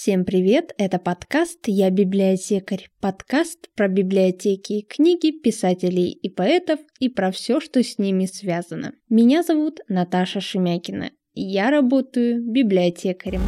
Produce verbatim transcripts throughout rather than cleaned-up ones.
Всем привет, это подкаст «Я библиотекарь». Подкаст про библиотеки, книги, писателей и поэтов и про все, что с ними связано. Меня зовут Наташа Шемякина, и я работаю библиотекарем.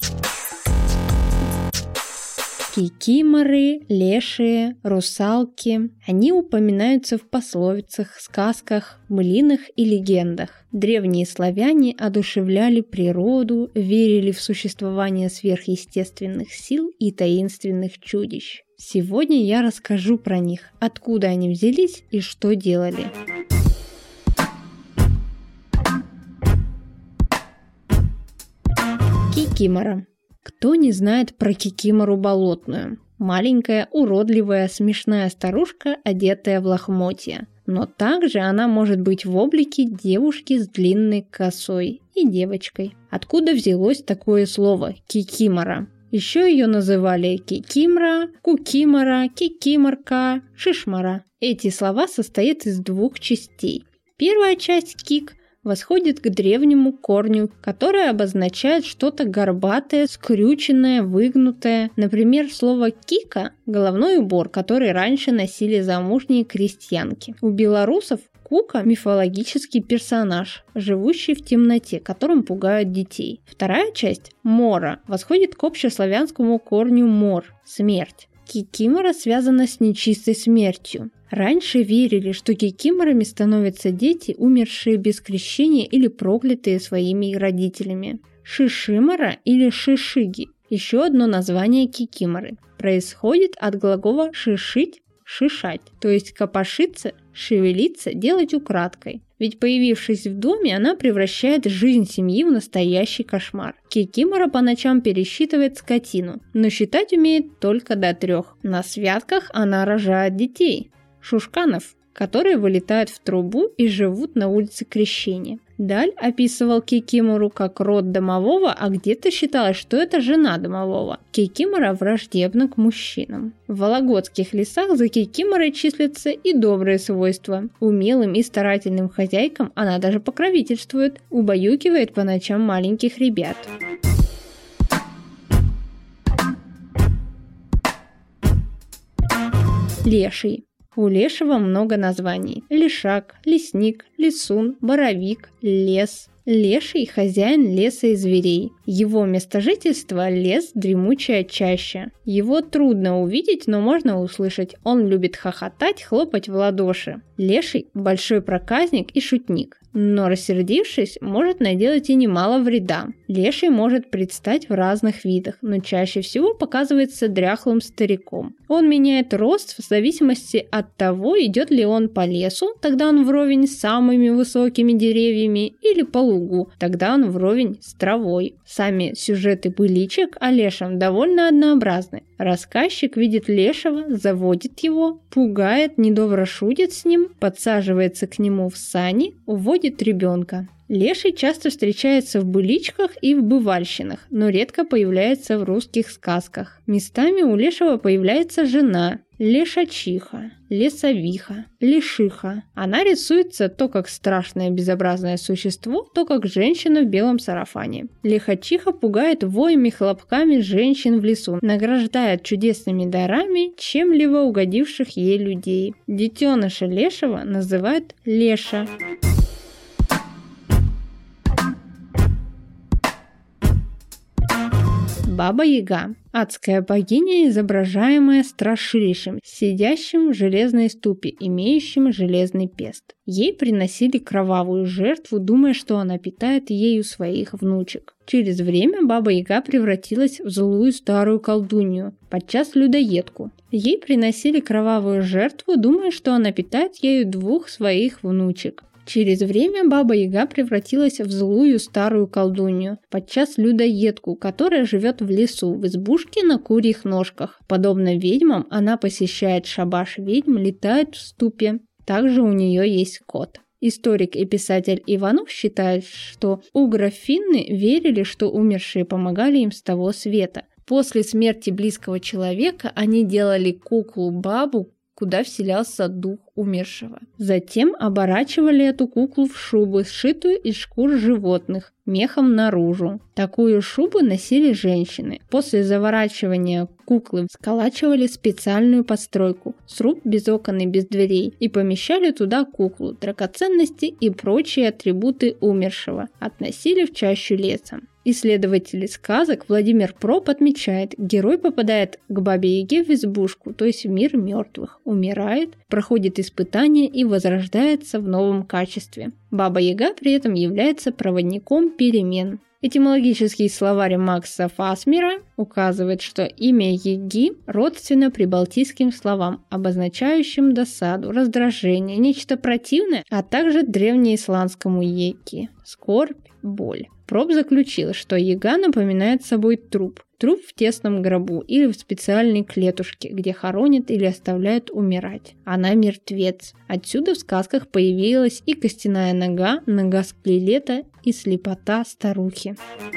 Кикиморы, лешие, русалки – они упоминаются в пословицах, сказках, былинах и легендах. Древние славяне одушевляли природу, верили в существование сверхъестественных сил и таинственных чудищ. Сегодня я расскажу про них, откуда они взялись и что делали. Кикимора. Кто не знает про кикимору болотную? Маленькая, уродливая, смешная старушка, одетая в лохмотья. Но также она может быть в облике девушки с длинной косой и девочкой. Откуда взялось такое слово «кикимора»? Еще ее называли кикимора, кукимора, кикиморка, шишмара. Эти слова состоят из двух частей. Первая часть «кик» восходит к древнему корню, который обозначает что-то горбатое, скрюченное, выгнутое. Например, слово «кика» – головной убор, который раньше носили замужние крестьянки. У белорусов кука – мифологический персонаж, живущий в темноте, которым пугают детей. Вторая часть – мора восходит к общеславянскому корню мор – смерть. Кикимора связана с нечистой смертью. Раньше верили, что кикиморами становятся дети, умершие без крещения или проклятые своими родителями. Шишимора или шишиги – еще одно название кикиморы. Происходит от глагола «шишить» – «шишать», то есть копошиться, шевелиться, делать украдкой. Ведь появившись в доме, она превращает жизнь семьи в настоящий кошмар. Кикимора по ночам пересчитывает скотину, но считать умеет только до трех. На святках она рожает детей – шушканов, которые вылетают в трубу и живут на улице Крещения. Даль описывал кикимору как род домового, а где-то считалось, что это жена домового. Кикимора враждебна к мужчинам. В вологодских лесах за кикиморой числятся и добрые свойства. Умелым и старательным хозяйкам она даже покровительствует, убаюкивает по ночам маленьких ребят. Леший. У лешего много названий. Лешак, лесник, лесун, боровик, лес. Леший – хозяин леса и зверей. Его место жительства – лес, дремучая чаща. Его трудно увидеть, но можно услышать. Он любит хохотать, хлопать в ладоши. Леший – большой проказник и шутник. Но, рассердившись, может наделать и немало вреда. Леший может предстать в разных видах, но чаще всего показывается дряхлым стариком. Он меняет рост в зависимости от того, идет ли он по лесу, тогда он вровень с самыми высокими деревьями, или по лугу, тогда он вровень с травой. Сами сюжеты быличек о лешем довольно однообразны. Рассказчик видит лешего, заводит его, пугает, недобро шутит с ним, подсаживается к нему в сани, уводит ребенка. Леший часто встречается в быличках и в бывальщинах, но редко появляется в русских сказках. Местами у лешего появляется жена – лешачиха, лесовиха, лешиха. Она рисуется то как страшное безобразное существо, то как женщина в белом сарафане. Лешачиха пугает воем и хлопками женщин в лесу, награждает чудесными дарами чем-либо угодивших ей людей. Детеныша лешего называют леша. Баба-Яга – адская богиня, изображаемая страшилищем, сидящим в железной ступе, имеющим железный пест. Ей приносили кровавую жертву, думая, что она питает ею своих внучек. Через время Баба-Яга превратилась в злую старую колдунью, подчас людоедку. Ей приносили кровавую жертву, думая, что она питает ею двух своих внучек. Через время Баба-Яга превратилась в злую старую колдунью, подчас людоедку, которая живет в лесу, в избушке на курьих ножках. Подобно ведьмам, она посещает шабаш ведьм, летает в ступе. Также у нее есть кот. Историк и писатель Иванов считает, что угрофинны верили, что умершие помогали им с того света. После смерти близкого человека они делали куклу-бабу, куда вселялся дух умершего. Затем оборачивали эту куклу в шубу, сшитую из шкур животных, мехом наружу. Такую шубу носили женщины. После заворачивания куклы сколачивали специальную постройку, сруб без окон и без дверей, и помещали туда куклу, драгоценности и прочие атрибуты умершего, относили в чащу леса. Исследователь сказок Владимир Проб отмечает, герой попадает к Бабе-Яге в избушку, то есть в мир мертвых, умирает, проходит испытания и возрождается в новом качестве. Баба-Яга при этом является проводником перемен. Этимологический словарь Макса Фасмера указывает, что имя Яги родственно прибалтийским словам, обозначающим досаду, раздражение, нечто противное, а также древнеисландскому еки – скорбь, боль. Проб заключил, что яга напоминает собой труп. Труп в тесном гробу или в специальной клетушке, где хоронят или оставляют умирать. Она мертвец. Отсюда в сказках появилась и костяная нога, нога скелета и слепота старухи.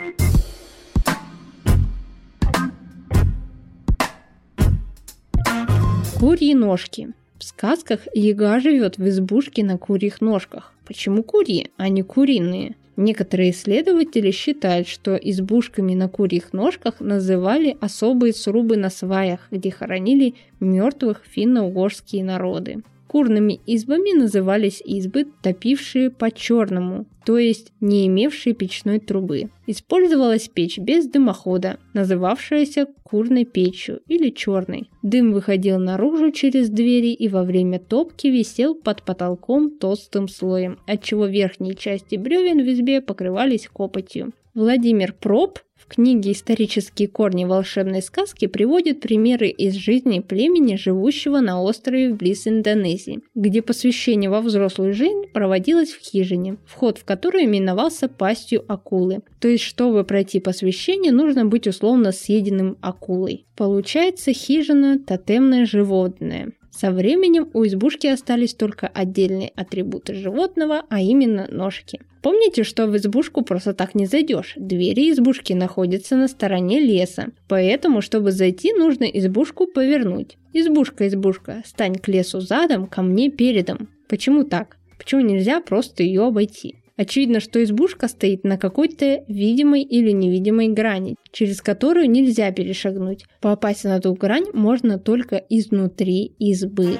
Курьи ножки. В сказках яга живет в избушке на курьих ножках. Почему курьи, а не куриные? Некоторые исследователи считают, что избушками на курьих ножках называли особые срубы на сваях, где хоронили мертвых финно-угорские народы. Курными избами назывались избы, топившие по-черному, то есть не имевшие печной трубы. Использовалась печь без дымохода, называвшаяся курной печью или черной. Дым выходил наружу через двери и во время топки висел под потолком толстым слоем, отчего верхние части бревен в избе покрывались копотью. Владимир Проб в книге «Исторические корни волшебной сказки» приводит примеры из жизни племени, живущего на острове близ Индонезии, где посвящение во взрослую жизнь проводилось в хижине, вход в которую именовался пастью акулы. То есть, чтобы пройти посвящение, нужно быть условно съеденным акулой. Получается хижина – тотемное животное. Со временем у избушки остались только отдельные атрибуты животного, а именно ножки. Помните, что в избушку просто так не зайдешь. Двери избушки находятся на стороне леса. Поэтому, чтобы зайти, нужно избушку повернуть. Избушка, избушка, стань к лесу задом, ко мне передом. Почему так? Почему нельзя просто ее обойти? Очевидно, что избушка стоит на какой-то видимой или невидимой грани, через которую нельзя перешагнуть. Попасть на ту грань можно только изнутри избы.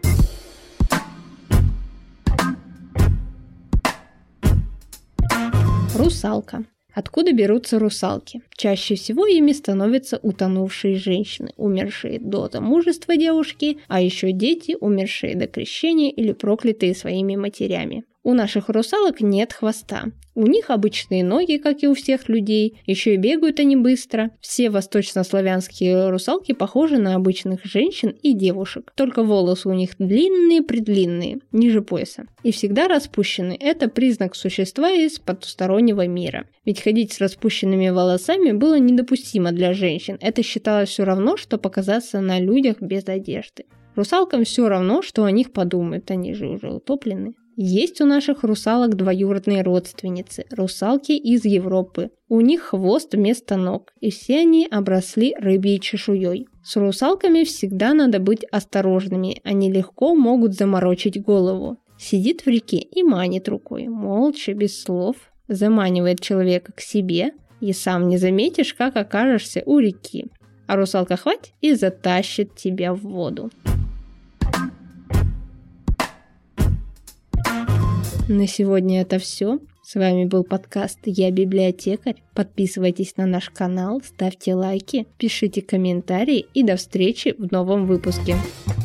Русалка. Откуда берутся русалки? Чаще всего ими становятся утонувшие женщины, умершие до замужества девушки, а еще дети, умершие до крещения или проклятые своими матерями. У наших русалок нет хвоста. У них обычные ноги, как и у всех людей, еще и бегают они быстро. Все восточнославянские русалки похожи на обычных женщин и девушек, только волосы у них длинные-предлинные, ниже пояса, и всегда распущены. Это признак существа из потустороннего мира. Ведь ходить с распущенными волосами было недопустимо для женщин. Это считалось все равно, что показаться на людях без одежды. Русалкам все равно, что о них подумают, они же уже утоплены. Есть у наших русалок двоюродные родственницы, русалки из Европы. У них хвост вместо ног, и все они обросли рыбьей чешуей. С русалками всегда надо быть осторожными, они легко могут заморочить голову. Сидит в реке и манит рукой, молча, без слов, заманивает человека к себе, и сам не заметишь, как окажешься у реки. А русалка хвать и затащит тебя в воду. На сегодня это все. С вами был подкаст «Я библиотекарь». Подписывайтесь на наш канал, ставьте лайки, пишите комментарии и до встречи в новом выпуске.